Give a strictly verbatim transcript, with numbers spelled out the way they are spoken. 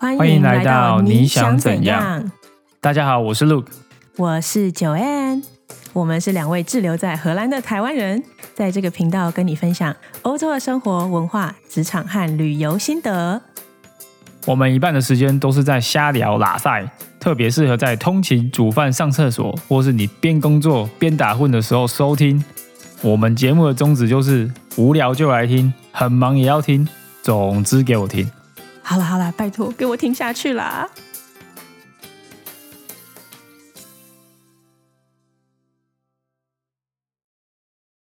欢迎来到你想怎样。 大家好，我是 Luke， 我是 Joanne， 我们是两位滞留在荷兰的台湾人，在这个频道跟你分享欧洲的生活、文化、职场和旅游心得。 我们一半的时间都是在瞎聊拉塞，特别适合在通勤、煮饭、上厕所，或是你边工作边打混的时候收听。我们节目的宗旨就是无聊就来听，很忙也要听，总之给我听。 好啦好啦，拜托给我听下去啦。